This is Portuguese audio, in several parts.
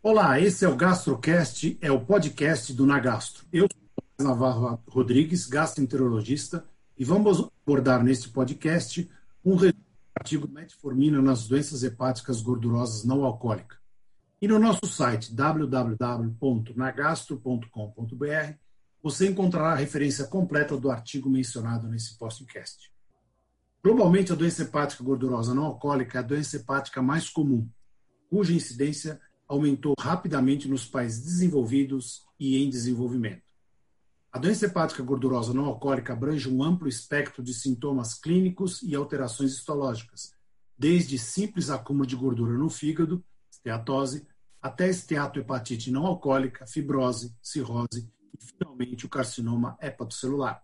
Olá, esse é o GastroCast, é o podcast do Nagastro. Eu sou o Navarro Rodrigues, gastroenterologista, e vamos abordar neste podcast um resumo do artigo Metformina nas doenças hepáticas gordurosas não alcoólicas. E no nosso site www.nagastro.com.br você encontrará a referência completa do artigo mencionado nesse podcast. Globalmente, a doença hepática gordurosa não alcoólica é a doença hepática mais comum, cuja incidência aumentou rapidamente nos países desenvolvidos e em desenvolvimento. A doença hepática gordurosa não alcoólica abrange um amplo espectro de sintomas clínicos e alterações histológicas, desde simples acúmulo de gordura no fígado, esteatose, até esteatohepatite não alcoólica, fibrose, cirrose e, finalmente, o carcinoma hepatocelular.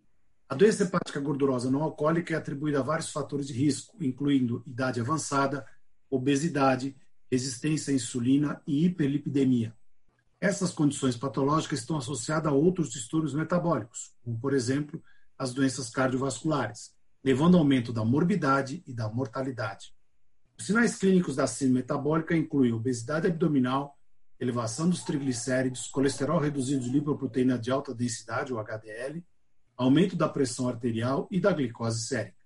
A doença hepática gordurosa não alcoólica é atribuída a vários fatores de risco, incluindo idade avançada, obesidade, resistência à insulina e hiperlipidemia. Essas condições patológicas estão associadas a outros distúrbios metabólicos, como, por exemplo, as doenças cardiovasculares, levando ao aumento da morbidade e da mortalidade. Os sinais clínicos da síndrome metabólica incluem obesidade abdominal, elevação dos triglicéridos, colesterol reduzido de lipoproteína de alta densidade, ou HDL, aumento da pressão arterial e da glicose sérica.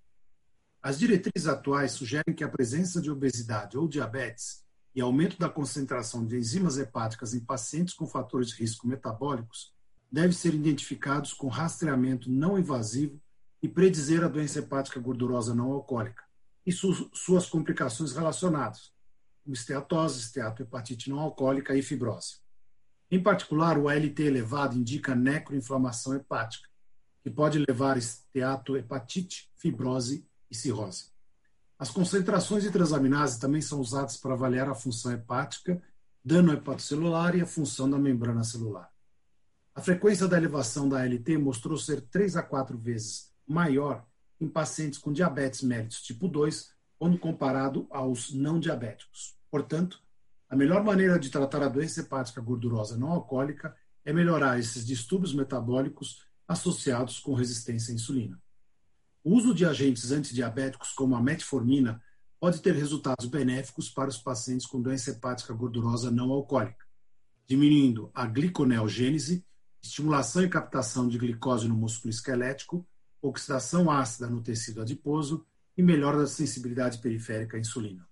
As diretrizes atuais sugerem que a presença de obesidade ou diabetes e aumento da concentração de enzimas hepáticas em pacientes com fatores de risco metabólicos devem ser identificados com rastreamento não invasivo e predizer a doença hepática gordurosa não alcoólica e suas complicações relacionadas, como esteatose, esteatohepatite não alcoólica e fibrose. Em particular, o ALT elevado indica necroinflamação hepática, que pode levar a esteatohepatite, fibrose e cirrose. As concentrações de transaminases também são usadas para avaliar a função hepática, dano hepatocelular e a função da membrana celular. A frequência da elevação da ALT mostrou ser 3 a 4 vezes maior em pacientes com diabetes mellitus tipo 2, quando comparado aos não diabéticos. Portanto, a melhor maneira de tratar a doença hepática gordurosa não alcoólica é melhorar esses distúrbios metabólicos associados com resistência à insulina. O uso de agentes antidiabéticos como a metformina pode ter resultados benéficos para os pacientes com doença hepática gordurosa não alcoólica, diminuindo a gliconeogênese, estimulação e captação de glicose no músculo esquelético, oxidação ácida no tecido adiposo e melhora da sensibilidade periférica à insulina.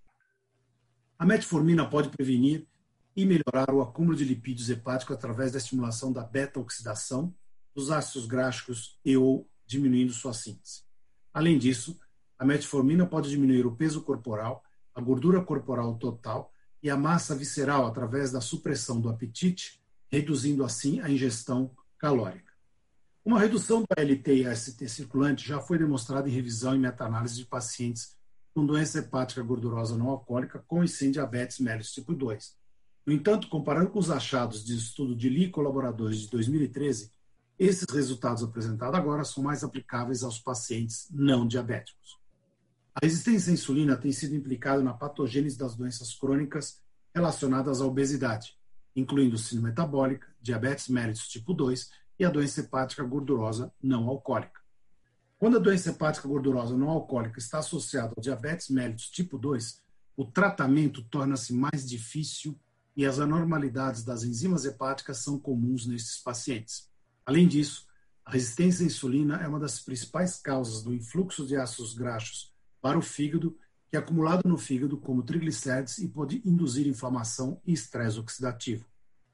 A metformina pode prevenir e melhorar o acúmulo de lipídios hepáticos através da estimulação da beta-oxidação dos ácidos graxos e ou diminuindo sua síntese. Além disso, a metformina pode diminuir o peso corporal, a gordura corporal total e a massa visceral através da supressão do apetite, reduzindo assim a ingestão calórica. Uma redução do ALT e AST circulante já foi demonstrada em revisão e meta-análise de pacientes com doença hepática gordurosa não alcoólica com e sem diabetes mellitus tipo 2. No entanto, comparando com os achados de estudo de Lee e colaboradores de 2013, esses resultados apresentados agora são mais aplicáveis aos pacientes não diabéticos. A resistência à insulina tem sido implicada na patogênese das doenças crônicas relacionadas à obesidade, incluindo síndrome metabólica, diabetes mellitus tipo 2 e a doença hepática gordurosa não alcoólica. Quando a doença hepática gordurosa não alcoólica está associada ao diabetes mellitus tipo 2, o tratamento torna-se mais difícil e as anormalidades das enzimas hepáticas são comuns nesses pacientes. Além disso, a resistência à insulina é uma das principais causas do influxo de ácidos graxos para o fígado, que é acumulado no fígado como triglicérides e pode induzir inflamação e estresse oxidativo.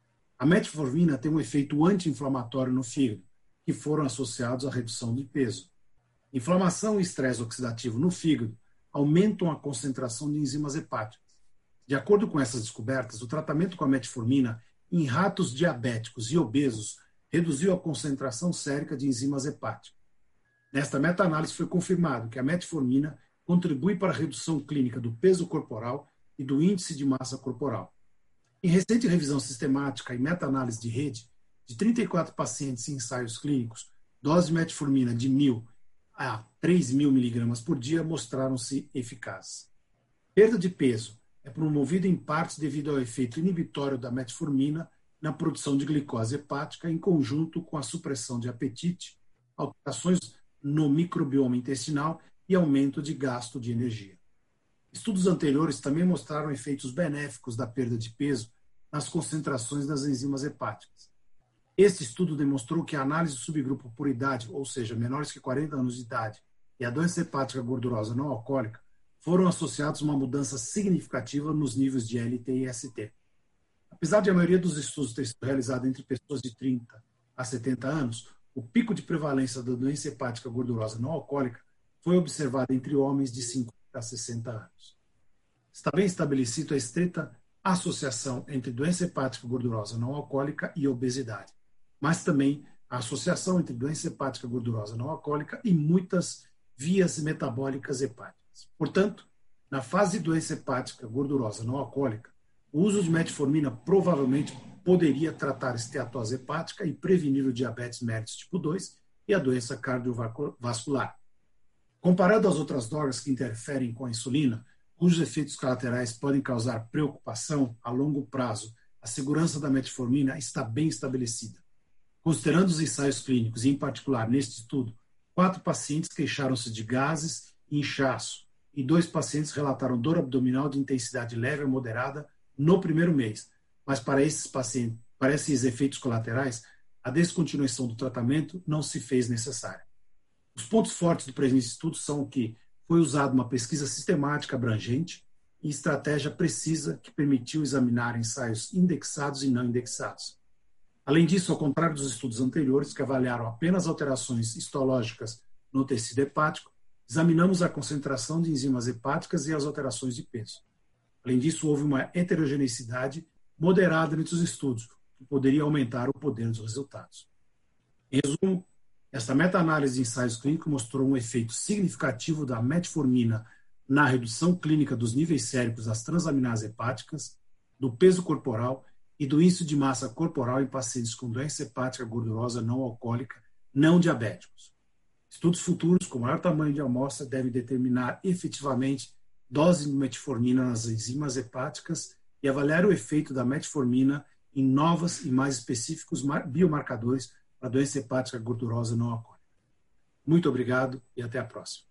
A metformina tem um efeito anti-inflamatório no fígado, que foram associados à redução de peso. Inflamação e estresse oxidativo no fígado aumentam a concentração de enzimas hepáticas. De acordo com essas descobertas, o tratamento com a metformina em ratos diabéticos e obesos reduziu a concentração sérica de enzimas hepáticas. Nesta meta-análise foi confirmado que a metformina contribui para a redução clínica do peso corporal e do índice de massa corporal. Em recente revisão sistemática e meta-análise de rede, de 34 pacientes em ensaios clínicos, doses de metformina de 1.000 a 3.000 mg por dia mostraram-se eficazes. Perda de peso é promovida em parte devido ao efeito inibitório da metformina na produção de glicose hepática em conjunto com a supressão de apetite, alterações no microbioma intestinal e aumento de gasto de energia. Estudos anteriores também mostraram efeitos benéficos da perda de peso nas concentrações das enzimas hepáticas. Este estudo demonstrou que a análise do subgrupo por idade, ou seja, menores que 40 anos de idade, e a doença hepática gordurosa não alcoólica, foram associados a uma mudança significativa nos níveis de LT e ST. Apesar de a maioria dos estudos ter sido realizada entre pessoas de 30 a 70 anos, o pico de prevalência da doença hepática gordurosa não alcoólica foi observado entre homens de 50 a 60 anos. Está bem estabelecido a estreita associação entre doença hepática gordurosa não alcoólica e obesidade, mas também a associação entre doença hepática gordurosa não alcoólica e muitas vias metabólicas hepáticas. Portanto, na fase de doença hepática gordurosa não alcoólica, o uso de metformina provavelmente poderia tratar esteatose hepática e prevenir o diabetes mellitus tipo 2 e a doença cardiovascular. Comparado às outras drogas que interferem com a insulina, cujos efeitos colaterais podem causar preocupação a longo prazo, a segurança da metformina está bem estabelecida. Considerando os ensaios clínicos, e em particular neste estudo, 4 pacientes queixaram-se de gases e inchaço, e 2 pacientes relataram dor abdominal de intensidade leve a moderada no primeiro mês. Mas para esses pacientes, para esses efeitos colaterais, a descontinuação do tratamento não se fez necessária. Os pontos fortes do presente estudo são que foi usada uma pesquisa sistemática abrangente e estratégia precisa que permitiu examinar ensaios indexados e não indexados. Além disso, ao contrário dos estudos anteriores, que avaliaram apenas alterações histológicas no tecido hepático, examinamos a concentração de enzimas hepáticas e as alterações de peso. Além disso, houve uma heterogeneidade moderada entre os estudos, que poderia aumentar o poder dos resultados. Em resumo, esta meta-análise de ensaios clínicos mostrou um efeito significativo da metformina na redução clínica dos níveis séricos das transaminases hepáticas, do peso corporal e do índice de massa corporal em pacientes com doença hepática gordurosa não alcoólica não diabéticos. Estudos futuros com maior tamanho de amostra devem determinar efetivamente dose de metformina nas enzimas hepáticas e avaliar o efeito da metformina em novos e mais específicos biomarcadores para a doença hepática gordurosa não alcoólica. Muito obrigado e até a próxima.